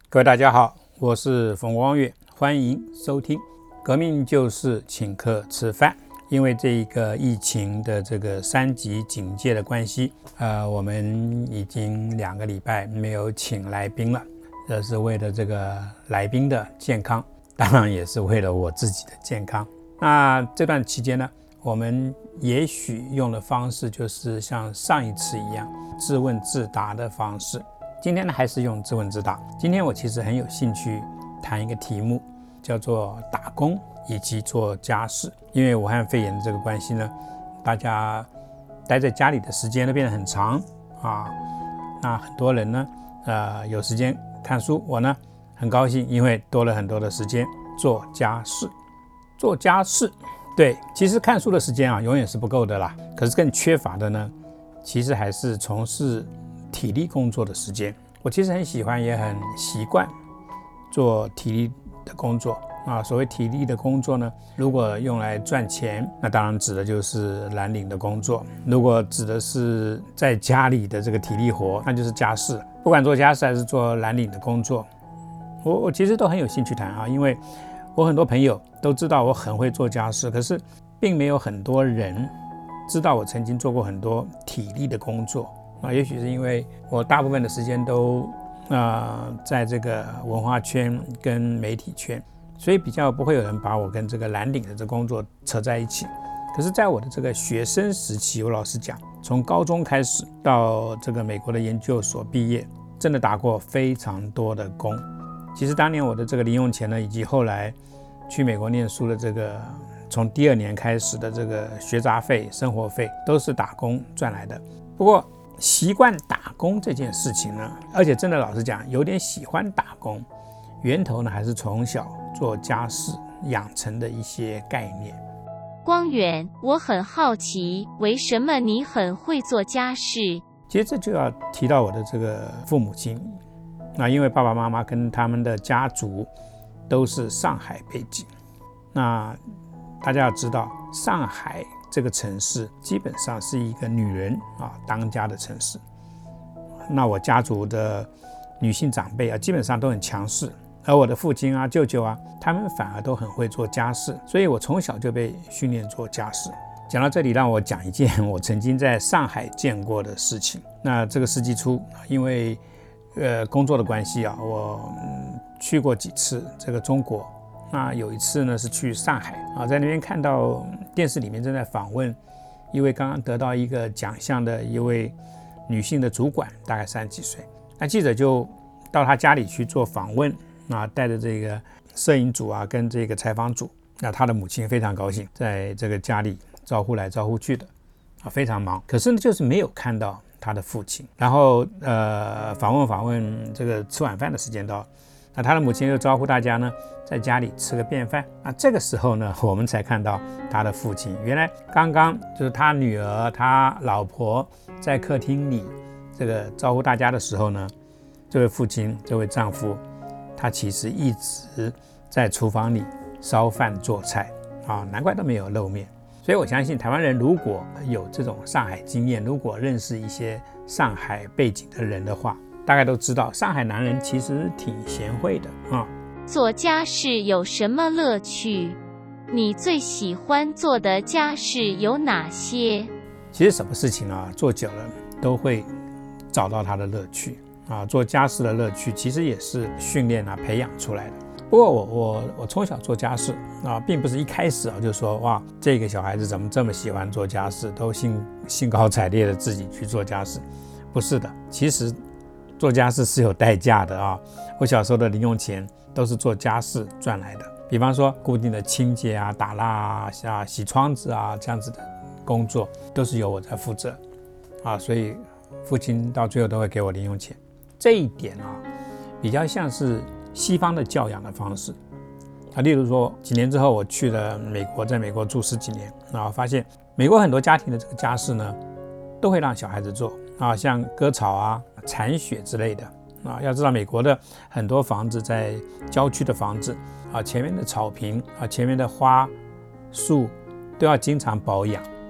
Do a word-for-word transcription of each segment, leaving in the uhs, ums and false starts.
各位大家好，我是冯光岳，欢迎收听革命就是请客吃饭。因为这个疫情的这个三级警戒的关系，呃，我们已经两个礼拜没有请来宾了，这是为了这个来宾的健康，当然也是为了我自己的健康。那这段期间呢，我们也许用的方式就是像上一次一样，自问自答的方式。今天呢，还是用自问自答。今天我其实很有兴趣谈一个题目，叫做打工以及做家事。因为武汉肺炎的这个关系呢，大家待在家里的时间都变得很长啊。那很多人呢，呃，有时间看书。我呢，很高兴，因为多了很多的时间做家事。做家事，对，其实看书的时间啊，永远是不够的啦。可是更缺乏的呢，其实还是从事体力工作的时间。我其实很喜欢，也很习惯做体力的工作啊。所谓体力的工作呢，如果用来赚钱，那当然指的就是蓝领的工作；如果指的是在家里的这个体力活，那就是家事。不管做家事还是做蓝领的工作，我我其实都很有兴趣谈啊，因为我很多朋友都知道我很会做家事，可是并没有很多人知道我曾经做过很多体力的工作啊。也许是因为我大部分的时间都呃在这个文化圈跟媒体圈，所以比较不会有人把我跟这个蓝领的这工作扯在一起。可是在我的这个学生时期，我老实讲，从高中开始到这个美国的研究所毕业，真的打过非常多的工。其实当年我的这个零用钱呢，以及后来去美国念书的这个从第二年开始的这个学杂费、生活费，都是打工赚来的。不过习惯打工这件事情呢，而且真的老实讲，有点喜欢打工，源头呢还是从小做家事养成的一些概念。 光远，我很好奇，为什么你很会做家事？ 其实这就要提到我的这个父母亲。那因为爸爸妈妈跟他们的家族都是上海背景，那大家要知道，上海这个城市基本上是一个女人啊当家的城市。那我家族的女性长辈啊，基本上都很强势，而我的父亲啊、舅舅啊，他们反而都很会做家事，所以我从小就被训练做家事。讲到这里，让我讲一件我曾经在上海见过的事情。那这个世纪初，因为呃工作的关系啊，我、嗯、去过几次这个中国。那有一次呢，是去上海啊，在那边看到电视里面正在访问一位刚刚得到一个奖项的一位女性的主管，大概三十几岁。那记者就到她家里去做访问啊，带着这个摄影组啊，跟这个采访组。那她的母亲非常高兴，在这个家里招呼来招呼去的啊，非常忙。可是呢，就是没有看到她的父亲。然后呃，访问访问，这个吃晚饭的时间到了。那他的母亲就招呼大家呢，在家里吃个便饭。那这个时候呢，我们才看到他的父亲。原来刚刚就是他女儿、他老婆在客厅里这个招呼大家的时候呢，这位父亲、这位丈夫，他其实一直在厨房里烧饭做菜啊，难怪都没有露面。所以我相信台湾人如果有这种上海经验，如果认识一些上海背景的人的话，大概都知道上海男人其实挺贤惠的啊。 做家事有什么乐趣？你最喜欢做的家事有哪些？ 其实什么事情啊，做久了都会找到它的乐趣啊。做家事的乐趣其实也是训练啊、培养出来的。不过我我我从小做家事啊，并不是一开始啊就说哇，这个小孩子怎么这么喜欢做家事，都兴兴高采烈的自己去做家事。不是的，其实做家事是有代价的啊！我小时候的零用钱都是做家事赚来的，比方说固定的清洁啊、打蜡啊、洗窗子啊这样子的工作，都是由我在负责啊，所以父亲到最后都会给我零用钱。这一点啊，比较像是西方的教养的方式啊。例如说，几年之后我去了美国，在美国住十几年啊，发现美国很多家庭的这个家事呢，都会让小孩子做啊，像割草啊、铲雪之类的啊。要知道美国的很多房子在郊区的房子啊，前面的草坪啊，前面的花树都要经常保养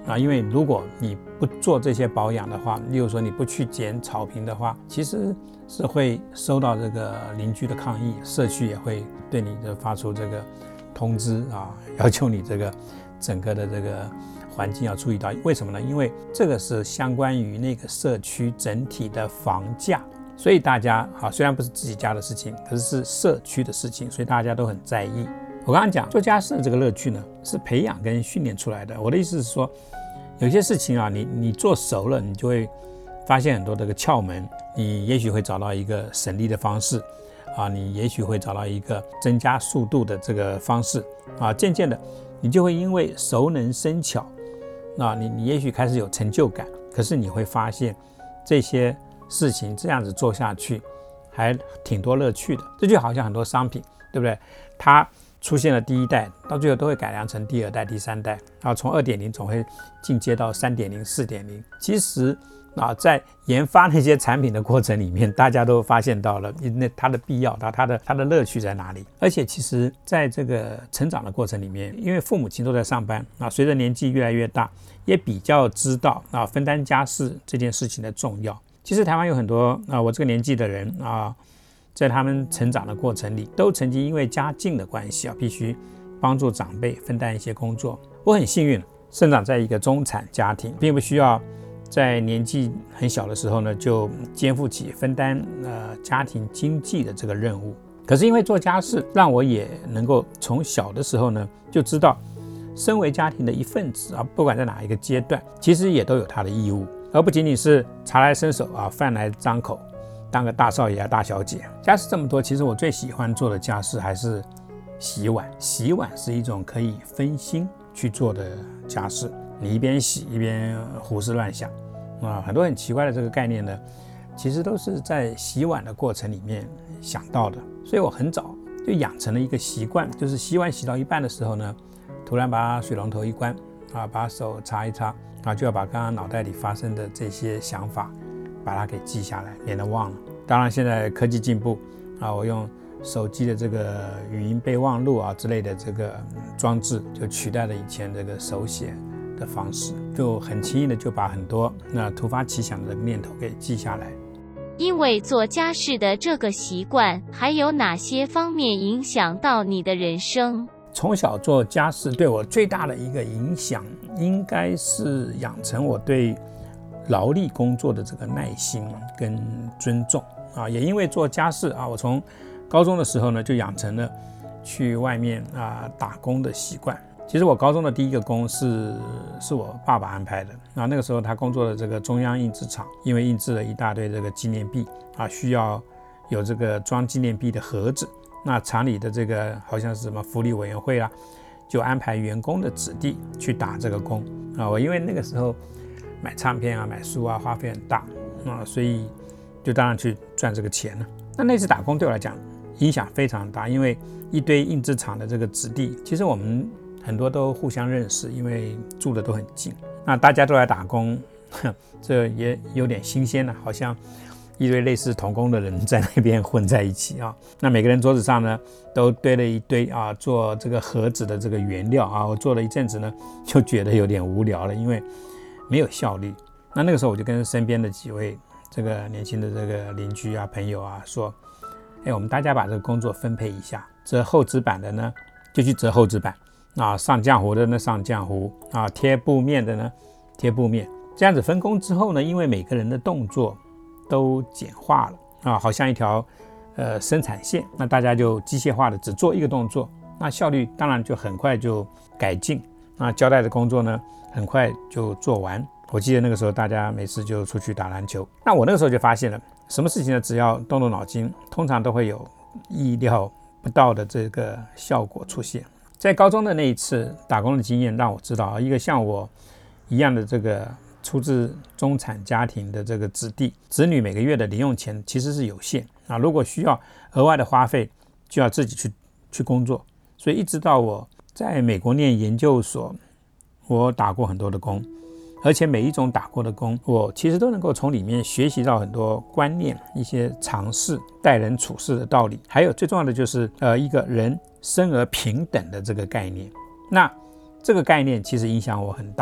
啊，因为如果你不做这些保养的话，例如说你不去剪草坪的话，其实是会收到这个邻居的抗议，社区也会对你的发出这个通知啊，要求你这个整个的这个环境要注意到。为什么呢？因为这个是相关于那个社区整体的房价，所以大家啊，虽然不是自己家的事情，可是是社区的事情，所以大家都很在意。我刚刚讲做家事的这个乐趣呢，是培养跟训练出来的。我的意思是说，有些事情啊，你你做熟了，你就会发现很多这个窍门，你也许会找到一个省力的方式啊，你也许会找到一个增加速度的这个方式啊，渐渐的你就会因为熟能生巧，那你你也许开始有成就感，可是你会发现这些事情这样子做下去还挺多乐趣的。这就好像很多商品，对不对？它出现了第一代，到最后都会改良成第二代、第三代，然后从 二点零 总会进阶到 三点零、四点零。其实啊，在研发那些产品的过程里面，大家都发现到了那它的必要，它它的它的乐趣在哪里。而且其实在这个成长的过程里面，因为父母亲都在上班啊，随着年纪越来越大，也比较知道啊分担家事这件事情的重要。其实台湾有很多啊我这个年纪的人啊，在他们成长的过程里，都曾经因为家境的关系啊，必须帮助长辈分担一些工作。我很幸运生长在一个中产家庭，并不需要在年纪很小的时候呢，就肩负起分担呃家庭经济的这个任务。可是因为做家事，让我也能够从小的时候呢，就知道身为家庭的一份子啊，不管在哪一个阶段，其实也都有他的义务，而不仅仅是茶来伸手啊，饭来张口，当个大少爷啊、大小姐。家事这么多，其实我最喜欢做的家事还是洗碗。洗碗是一种可以分心去做的家事，你一边洗一边胡思乱想啊，很多很奇怪的这个概念呢，其实都是在洗碗的过程里面想到的。所以我很早就养成了一个习惯，就是洗碗洗到一半的时候呢，突然把水龙头一关啊，把手擦一擦啊，就要把刚刚脑袋里发生的这些想法把它给记下来，免得忘了。当然现在科技进步啊，我用手机的这个语音备忘录啊之类的这个装置，就取代了以前这个手写的方式，就很轻易的就把很多那突发奇想的念头给记下来。 因为做家事的这个习惯，还有哪些方面影响到你的人生？ 从小做家事对我最大的一个影响，应该是养成我对劳力工作的这个耐心跟尊重啊。也因为做家事啊，我从高中的时候呢，就养成了去外面啊打工的习惯。其实我高中的第一个工是是我爸爸安排的啊，那个时候他工作的这个中央印制厂，因为印制了一大堆这个纪念币啊，需要有这个装纪念币的盒子。那厂里的这个好像是什么福利委员会啊，就安排员工的子弟去打这个工啊。我因为那个时候买唱片啊、买书啊，花费很大啊，所以就当然去赚这个钱了。那那次打工对我来讲影响非常大，因为一堆印制厂的这个子弟，其实我们很多都互相认识，因为住的都很近。那大家都来打工，这也有点新鲜了，好像一堆类似童工的人在那边混在一起啊。那每个人桌子上呢，都堆了一堆啊，做这个盒子的这个原料啊。我做了一阵子呢，就觉得有点无聊了，因为没有效率。那那个时候我就跟身边的几位这个年轻的这个邻居啊、朋友啊说，哎，我们大家把这个工作分配一下，折厚纸板的呢就去折厚纸板啊，上浆糊的呢上浆糊啊，贴布面的呢贴布面。这样子分工之后呢，因为每个人的动作都简化了啊，好像一条呃生产线，那大家就机械化的只做一个动作，那效率当然就很快就改进。那交代的工作呢，很快就做完。我记得那个时候大家每次就出去打篮球，那我那个时候就发现了，什么事情呢，只要动动脑筋，通常都会有意料不到的这个效果出现。在高中的那一次打工的经验让我知道，一个像我一样的这个出自中产家庭的这个子弟子女，每个月的零用钱其实是有限啊，如果需要额外的花费，就要自己去去工作。所以一直到我在美国念研究所，我打过很多的工，而且每一种打过的工，我其实都能够从里面学习到很多观念、一些常识、待人处事的道理，还有最重要的就是呃一个人生而平等的这个概念。那这个概念其实影响我很大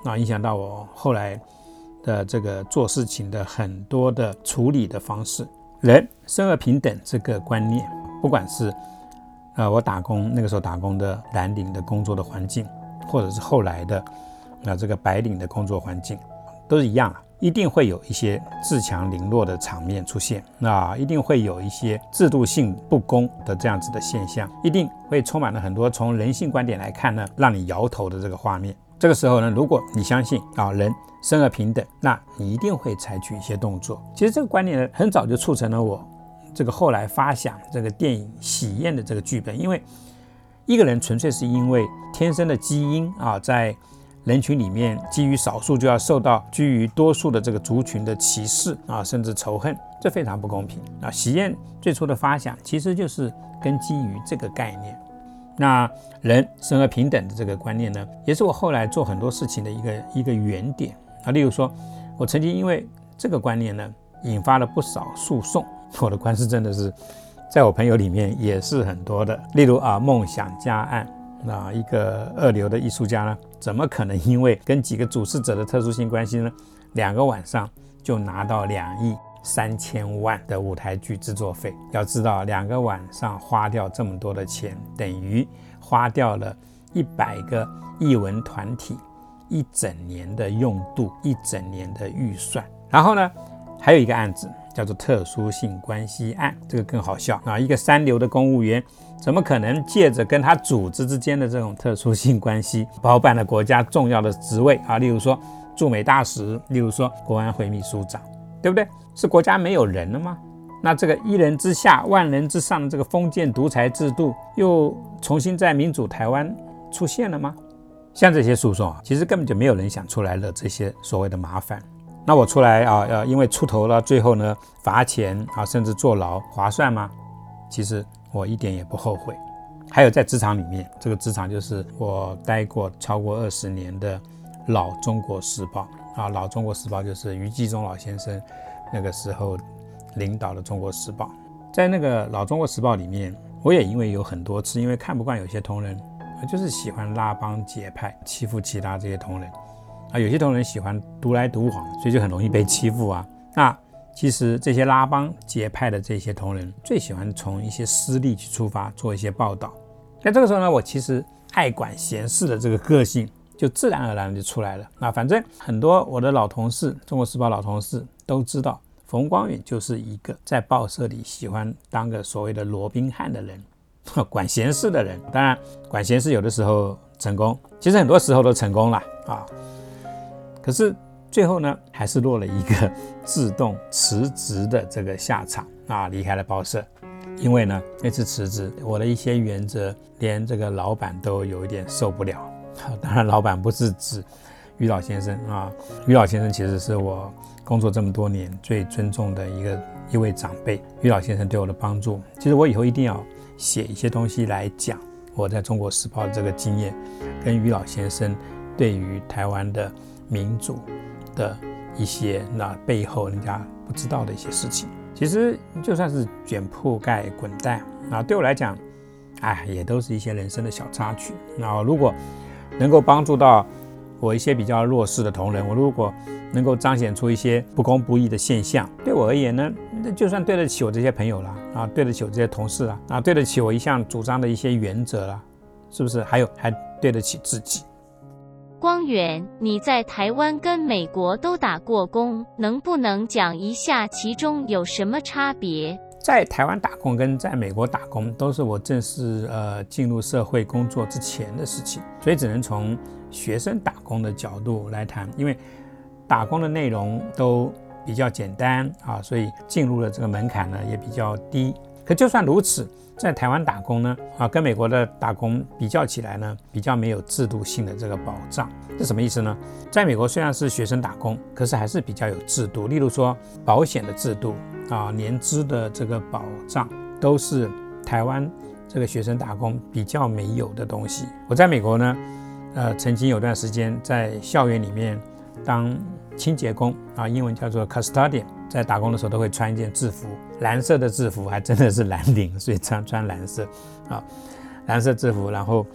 啊，影响到我后来的这个做事情的很多的处理的方式。人生而平等这个观念，不管是呃我打工那个时候打工的蓝领的工作的环境，或者是后来的呃这个白领的工作环境，都是一样啊，一定会有一些自强凌弱的场面出现，那一定会有一些制度性不公的这样子的现象，一定会充满了很多从人性观点来看呢，让你摇头的这个画面。这个时候呢，如果你相信啊人生而平等，那你一定会采取一些动作。其实这个观念呢，很早就促成了我这个后来发想这个电影《喜宴》的这个剧本，因为一个人纯粹是因为天生的基因啊，在人群里面基于少数就要受到居于多数的这个族群的歧视啊，甚至仇恨，这非常不公平啊。喜宴最初的发想其实就是根基于这个概念。那人生而平等的这个观念呢，也是我后来做很多事情的一个一个原点啊。例如说，我曾经因为这个观念呢，引发了不少诉讼，我的官司真的是在我朋友里面也是很多的。例如啊，梦想家案。那一个二流的艺术家呢，怎么可能因为跟几个主事者的特殊性关系呢，两个晚上就拿到两亿三千万的舞台剧制作费？要知道，两个晚上花掉这么多的钱，等于花掉了一百个艺文团体一整年的用度，一整年的预算。然后呢，还有一个案子叫做特殊性关系案，这个更好笑啊！一个三流的公务员，怎么可能借着跟他组织之间的这种特殊性关系，包办了国家重要的职位啊？例如说驻美大使，例如说国安会秘书长，对不对？是国家没有人了吗？那这个一人之下万人之上的这个封建独裁制度，又重新在民主台湾出现了吗？像这些诉讼啊，其实根本就没有人想出来惹这些所谓的麻烦。那我出来啊，呃，因为出头了，最后呢罚钱啊，甚至坐牢，划算吗？其实我一点也不后悔。还有在职场里面，这个职场就是我待过超过二十年的老中国时报啊，老中国时报就是余纪忠老先生那个时候领导的中国时报。在那个老中国时报里面，我也因为有很多次因为看不惯有些同仁，就是喜欢拉帮结派，欺负其他这些同仁。啊，有些同仁喜欢独来独往，所以就很容易被欺负啊。那其实这些拉帮结派的这些同仁，最喜欢从一些私利去出发，做一些报道。那这个时候呢，我其实爱管闲事的这个个性，就自然而然就出来了。那反正很多我的老同事，中国时报老同事都知道，冯光远就是一个在报社里喜欢当个所谓的罗宾汉的人，管闲事的人。当然，管闲事有的时候成功，其实很多时候都成功了啊。可是最后呢，还是落了一个自动辞职的这个下场啊，离开了报社。因为呢，那次辞职，我的一些原则，连这个老板都有一点受不了。当然，老板不是指于老先生啊，于老先生其实是我工作这么多年最尊重的一个一位长辈。于老先生对我的帮助，其实我以后一定要写一些东西来讲我在中国时报的这个经验，跟于老先生对于台湾的民主的一些那背后人家不知道的一些事情。其实就算是卷铺盖滚蛋啊，对我来讲，哎，也都是一些人生的小插曲。那如果能够帮助到我一些比较弱势的同仁，我如果能够彰显出一些不公不义的现象，对我而言呢，那就算对得起我这些朋友啦，啊，对得起我这些同事啦，啊，对得起我一向主张的一些原则啦，是不是？还有还对得起自己。 光远，你在台湾跟美国都打过工，能不能讲一下其中有什么差别？ 在台湾打工跟在美国打工都是我正式呃进入社会工作之前的事情，所以只能从学生打工的角度来谈，因为打工的内容都比较简单啊，所以进入的这个门槛呢也比较低。可就算如此，在台湾打工呢，啊，跟美国的打工比较起来呢，比较没有制度性的这个保障。这什么意思呢？在美国虽然是学生打工，可是还是比较有制度，例如说保险的制度啊，年资的这个保障，都是台湾这个学生打工比较没有的东西。我在美国呢，呃，曾经有段时间在校园里面当清洁工啊，英文叫做 custodian， 在打工的时候都会穿一件制服，蓝色的制服，还真的是蓝领，所以穿穿蓝色啊，蓝色制服，然后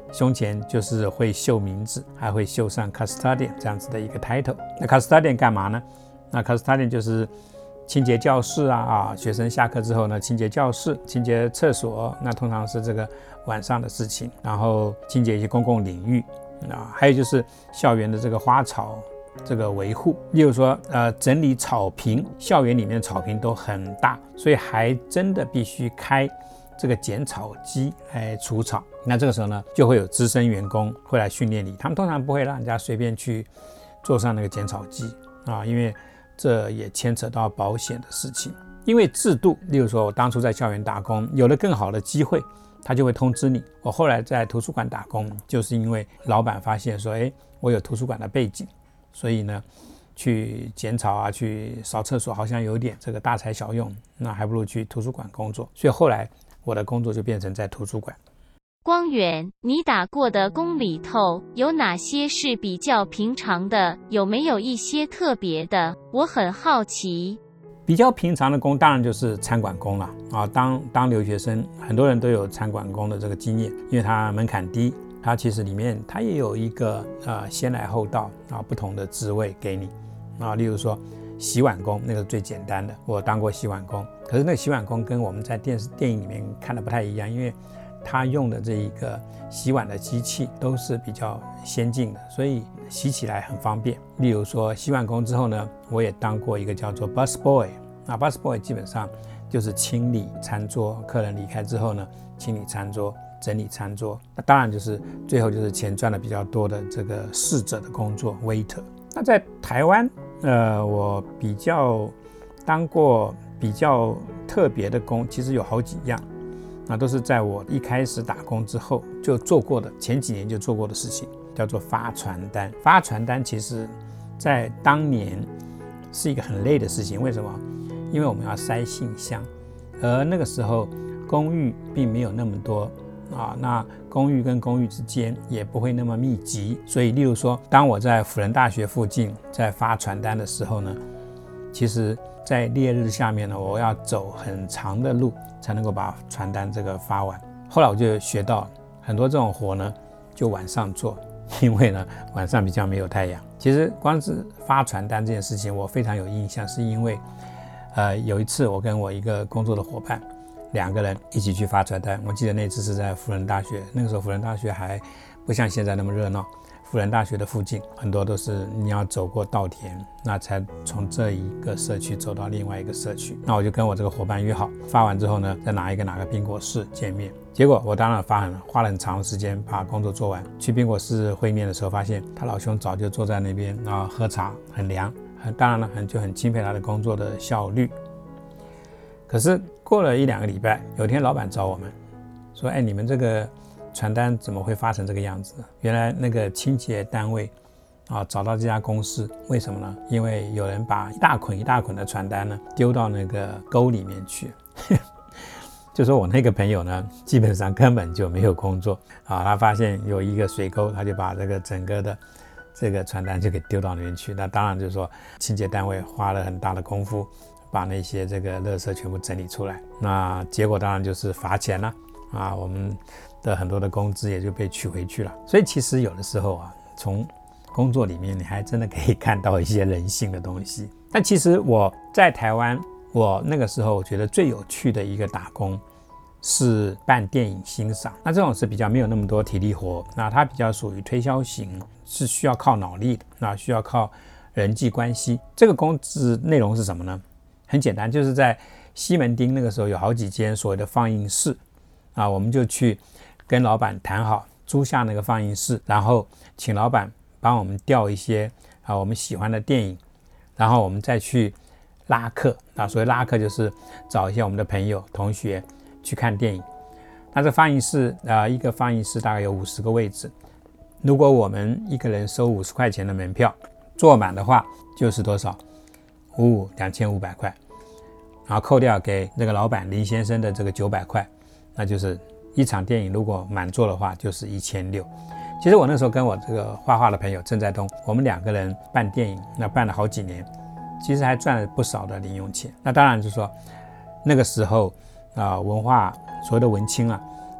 胸前就是会绣名字，还会绣上 custodian 这样子的一个 title。那 custodian 干嘛呢？那 custodian 就是清洁教室啊，啊，学生下课之后呢，清洁教室、清洁厕所，那通常是这个晚上的事情，然后清洁一些公共领域啊，还有就是校园的这个花草这个维护，例如说呃整理草坪，校园里面的草坪都很大，所以还真的必须开这个剪草机来除草。那这个时候呢，就会有资深员工会来训练你，他们通常不会让人家随便去坐上那个剪草机啊，因为这也牵扯到保险的事情。因为制度，例如说我当初在校园打工，有了更好的机会，他就会通知你。我后来在图书馆打工，就是因为老板发现说，哎，我有图书馆的背景，所以呢，去剪草啊，去扫厕所，好像有点这个大材小用，那还不如去图书馆工作。所以后来我的工作就变成在图书馆。 光远，你打过的工里头有哪些是比较平常的？有没有一些特别的？我很好奇。 比较平常的工当然就是餐馆工了啊。当当留学生，很多人都有餐馆工的这个经验，因为它门槛低，它其实里面它也有一个呃先来后到啊不同的滋味给你啊。例如说洗碗工，那个最简单的，我当过洗碗工，可是那个洗碗工跟我们在电视电影里面看的不太一样，因为他用的这一个洗碗的机器都是比较先进的，所以洗起来很方便。例如说洗碗工之后呢，我也当过一个叫做 bus boy。那 bus boy 基本上就是清理餐桌，客人离开之后呢，清理餐桌、整理餐桌。那当然就是最后就是钱赚的比较多的这个侍者的工作 waiter。那在台湾，呃，我比较当过比较特别的工，其实有好几样。那都是在我一开始打工之后就做过的，前几年就做过的事情，叫做发传单。发传单其实在当年是一个很累的事情，为什么？因为我们要塞信箱，而那个时候公寓并没有那么多啊，那公寓跟公寓之间也不会那么密集，所以例如说，当我在辅仁大学附近在发传单的时候呢，其实在烈日下面呢，我要走很长的路才能够把传单这个发完。后来我就学到很多这种活呢，就晚上做，因为呢晚上比较没有太阳。其实光是发传单这件事情，我非常有印象，是因为呃有一次我跟我一个工作的伙伴，两个人一起去发传单。我记得那次是在辅仁大学，那个时候辅仁大学还不像现在那么热闹。辅仁大学的附近很多都是你要走过稻田，那才从这一个社区走到另外一个社区。那我就跟我这个伙伴约好，发完之后呢，在哪一个哪个苹果室见面。结果我当然发很花了很长的时间把工作做完。去苹果室会面的时候，发现他老兄早就坐在那边，然后喝茶，很凉。当然了，很就很钦佩他的工作的效率。可是过了一两个礼拜，有一天老板找我们说：“哎，你们这个传单怎么会发成这个样子？原来那个清洁单位啊找到这家公司，为什么呢？因为有人把一大捆一大捆的传单呢丢到那个沟里面去。就说我那个朋友呢，基本上根本就没有工作啊，他发现有一个水沟，他就把这个整个的这个传单就给丢到那边去。那当然就是说，清洁单位花了很大的功夫，把那些这个垃圾全部整理出来。那结果当然就是罚钱了啊，我们的很多的工资也就被取回去了。所以其实有的时候啊，从工作里面你还真的可以看到一些人性的东西。但其实我在台湾，我那个时候我觉得最有趣的一个打工是办电影欣赏。那这种是比较没有那么多体力活，那它比较属于推销型，是需要靠脑力的，那需要靠人际关系。这个工资内容是什么呢？很简单，就是在西门町那个时候有好几间所谓的放映室啊，我们就去跟老板谈好租下那个放映室，然后请老板帮我们调一些啊我们喜欢的电影，然后我们再去拉客啊。所谓拉客就是找一些我们的朋友同学去看电影。那这放映室啊，一个放映室大概有五十个位置，如果我们一个人收五十块钱的门票，坐满的话就是多少？五五两千五百块，然后扣掉给那个老板林先生的这个九百块，那就是一场电影如果满座的话就是一千六。其实我那时候跟我这个画画的朋友郑在东，我们两个人办电影，那办了好几年，其实还赚了不少的零用钱。那当然就是说那个时候啊、呃，文化所谓的文青啊，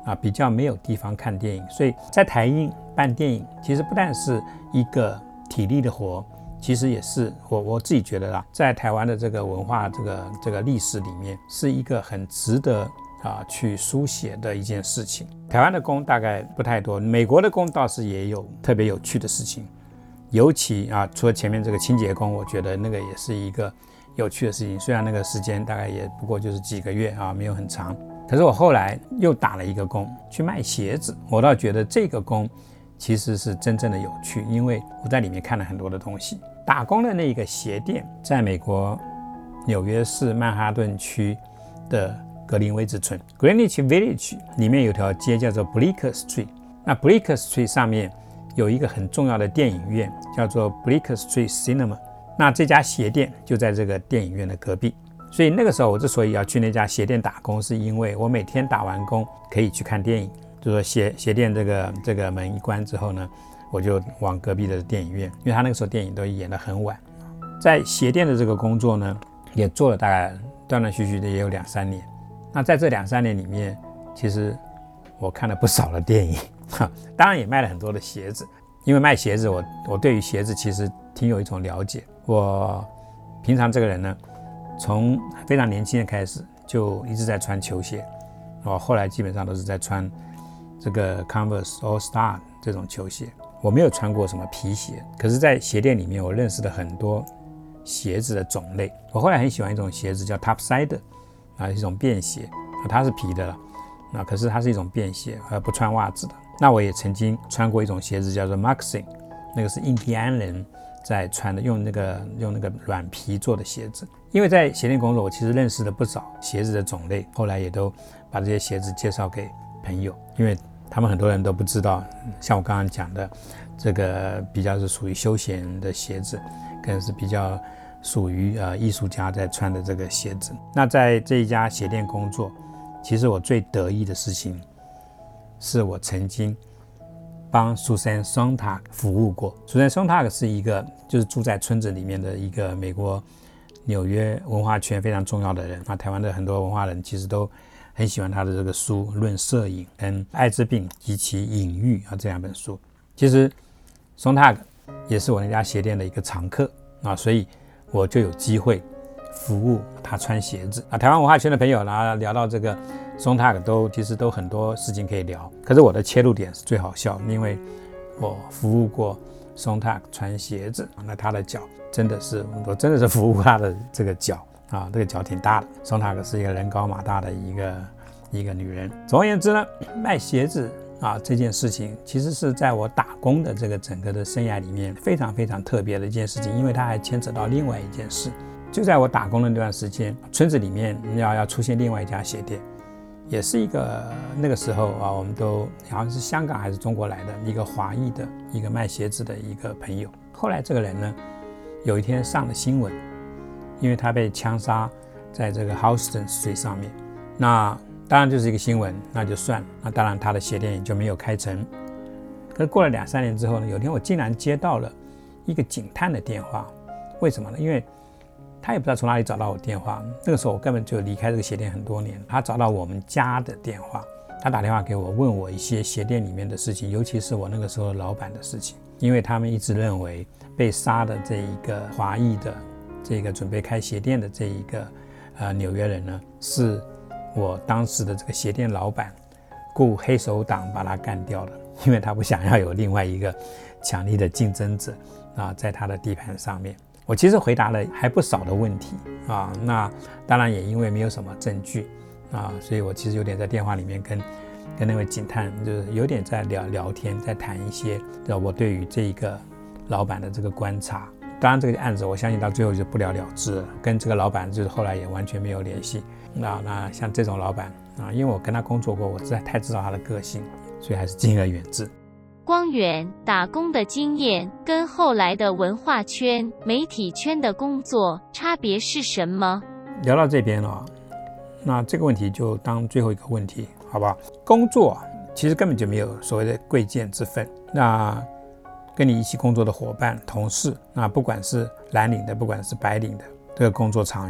啊，比较没有地方看电影，所以在台映办电影，其实不但是一个体力的活，其实也是我我自己觉得啦，在台湾的这个文化这个这个历史里面，是一个很值得啊去书写的一件事情。台湾的宫大概不太多，美国的宫倒是也有特别有趣的事情，尤其啊，除了前面这个清洁宫，我觉得那个也是一个有趣的事情，虽然那个时间大概也不过就是几个月啊，没有很长。可是我后来又打了一个工去卖鞋子，我倒觉得这个工其实是真正的有趣，因为我在里面看了很多的东西。打工的那个鞋店在美国纽约市曼哈顿区的格林威治村 Greenwich Village 里面有条街叫做 Bleecker Street， 那 Bleecker Street 上面有一个很重要的电影院叫做 Bleecker Street Cinema， 那这家鞋店就在这个电影院的隔壁。所以那个时候我之所以要去那家鞋店打工，是因为我每天打完工可以去看电影，就说鞋鞋店这个这个门一关之后呢，我就往隔壁的电影院，因为他那个时候电影都演得很晚。在鞋店的这个工作呢，也做了大概断断续续的也有两三年。那在这两三年里面，其实我看了不少的电影，当然也卖了很多的鞋子。因为卖鞋子我，我我对于鞋子其实挺有一种了解。我平常这个人呢，从非常年轻的开始就一直在穿球鞋，我后来基本上都是在穿这个 Converse All Star 这种球鞋，我没有穿过什么皮鞋。可是在鞋店里面我认识了很多鞋子的种类。我后来很喜欢一种鞋子叫 Topsider 啊，一种便鞋，它是皮的了，那可是它是一种便鞋，而不穿袜子的。那我也曾经穿过一种鞋子叫做 Moccasin， 那个是印第安人在穿的，用那个用那个软皮做的鞋子。因为在鞋店工作，我其实认识了不少鞋子的种类，后来也都把这些鞋子介绍给朋友，因为他们很多人都不知道，像我刚刚讲的，这个比较是属于休闲的鞋子，更是比较属于呃艺术家在穿的这个鞋子。那在这一家鞋店工作，其实我最得意的事情，是我曾经帮 Susan Sontag 服务过。Susan Sontag 是一个就是住在村子里面的一个美国纽约文化圈非常重要的人啊，台湾的很多文化人其实都很喜欢他的这个书《论摄影跟艾滋病及其隐喻》啊这两本书。其实 Sontag 也是我那家鞋店的一个常客啊，所以我就有机会服务他穿鞋子啊。台湾文化圈的朋友呢，聊到这个 Sontag 都其实都很多事情可以聊，可是我的切入点是最好笑，因为我服务过 Sontag 穿鞋子，那他的脚真的是我真的是服务他的这个脚啊，这个脚挺大的。Sontag 是一个人高马大的一个一个女人。总而言之呢，卖鞋子啊这件事情，其实是在我打工的这个整个的生涯里面非常非常特别的一件事情，因为它还牵扯到另外一件事。就在我打工的那段时间，村子里面要要出现另外一家鞋店，也是一个那个时候啊，我们都好像是香港还是中国来的一个华裔的一个卖鞋子的一个朋友。后来这个人呢，有一天上了新闻，因为他被枪杀在这个 Houston Street 上面。那当然就是一个新闻，那就算了。那当然他的鞋店也就没有开成。可是过了两三年之后呢，有一天我竟然接到了一个警探的电话。为什么呢？因为他也不知道从哪里找到我电话，那个时候我根本就离开这个鞋店很多年。他找到我们家的电话，他打电话给我，问我一些鞋店里面的事情，尤其是我那个时候老板的事情。因为他们一直认为被杀的这一个华裔的这个准备开鞋店的这一个呃纽约人呢，是我当时的这个鞋店老板雇黑手党把他干掉了，因为他不想要有另外一个强力的竞争者啊在他的地盘上面。我其实回答了还不少的问题啊，那当然也因为没有什么证据啊，所以我其实有点在电话里面跟跟那位警探就是有点在聊聊天，在谈一些我对于这一个老板的这个观察。当然这个案子我相信到最后就不了了之了，跟这个老板就是后来也完全没有联系。那那像这种老板啊，因为我跟他工作过，我实在太知道他的个性，所以还是敬而远之。 光远打工的经验跟后来的文化圈、媒体圈的工作差别是什么？ 聊到这边了，那这个问题就当最后一个问题，好不好？工作其实根本就没有所谓的贵贱之分。那跟你一起工作的伙伴、同事，那不管是蓝领的，不管是白领的，这个工作场域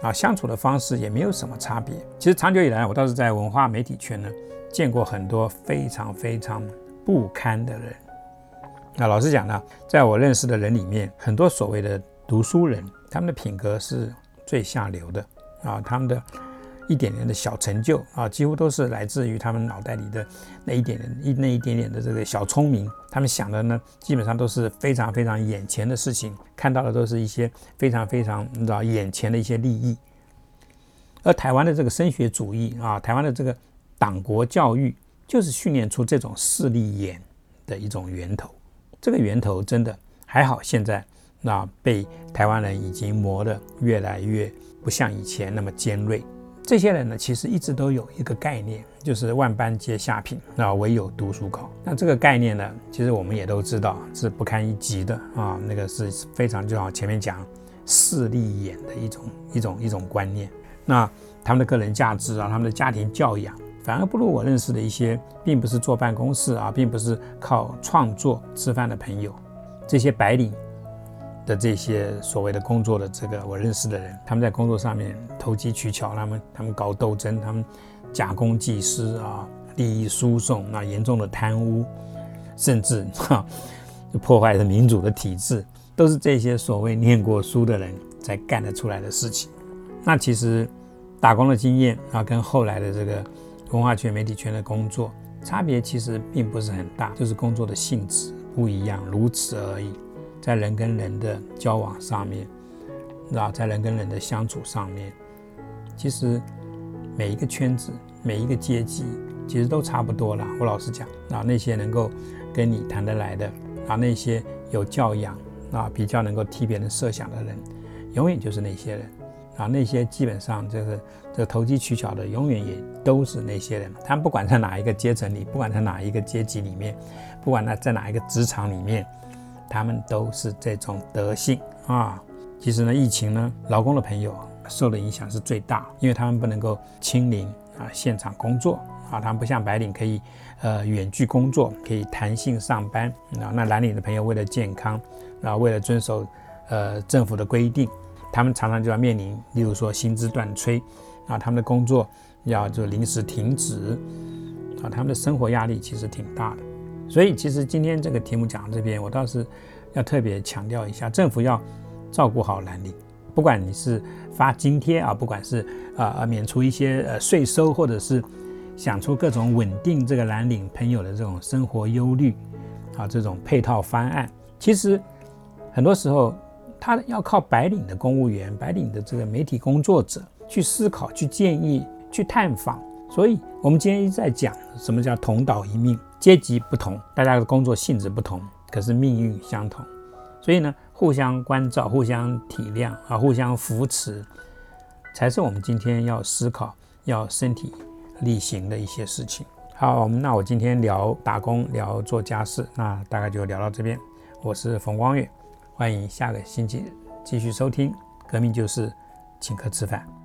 啊，相处的方式也没有什么差别。其实长久以来，我倒是在文化媒体圈呢见过很多非常非常不堪的人。那老实讲呢，在我认识的人里面，很多所谓的读书人，他们的品格是最下流的啊，他们的一点点的小成就啊，几乎都是来自于他们脑袋里的那一点点、那一点点的这个小聪明。他们想的呢，基本上都是非常非常眼前的事情，看到的都是一些非常非常你知道眼前的一些利益。而台湾的这个升学主义啊，台湾的这个党国教育，就是训练出这种势利眼的一种源头。这个源头真的还好，现在那被台湾人已经磨得越来越不像以前那么尖锐。这些人呢，其实一直都有一个概念，就是万般皆下品，啊，唯有读书高。那这个概念呢，其实我们也都知道是不堪一击的啊，那个是非常就好前面讲势利眼的一种一种一种观念。那他们的个人价值啊，他们的家庭教养，反而不如我认识的一些，并不是坐办公室啊，并不是靠创作吃饭的朋友，这些白领的这些所谓的工作的这个我认识的人，他们在工作上面投机取巧，他们他们搞斗争，他们假公济私啊，利益输送啊，严重的贪污，甚至哈破坏了民主的体制，都是这些所谓念过书的人才干得出来的事情。那其实打工的经验啊，跟后来的这个文化圈、媒体圈的工作差别其实并不是很大，就是工作的性质不一样，如此而已。在人跟人的交往上面，在人跟人的相处上面，其实每一个圈子、每一个阶级其实都差不多啦。我老实讲，那些能够跟你谈得来的，那些有教养、比较能够替别人设想的人，永远就是那些人。那些基本上就是这个投机取巧的，永远也都是那些人。他们不管在哪一个阶层里，不管在哪一个阶级里面，不管在哪一个职场里面，他们都是这种德性啊。其实呢，疫情呢，劳工的朋友受的影响是最大，因为他们不能够亲临啊现场工作啊，他们不像白领可以呃远距工作，可以弹性上班啊。那蓝领的朋友为了健康啊，为了遵守呃政府的规定，他们常常就要面临，例如说薪资断炊啊，他们的工作要就临时停止啊，他们的生活压力其实挺大的。所以其实今天这个题目讲到这边，我倒是要特别强调一下，政府要照顾好蓝领，不管你是发津贴啊，不管是呃免除一些呃税收，或者是想出各种稳定这个蓝领朋友的这种生活忧虑啊，这种配套方案，其实很多时候他要靠白领的公务员、白领的这个媒体工作者去思考、去建议、去探访。所以我们今天一直在讲什么叫同岛一命，阶级不同，大家的工作性质不同，可是命运相同。所以呢，互相关照、互相体谅啊，互相扶持，才是我们今天要思考、要身体力行的一些事情。好，那我今天聊打工、聊做家事，那大概就聊到这边。我是冯光远，欢迎下个星期继续收听《革命就是请客吃饭》。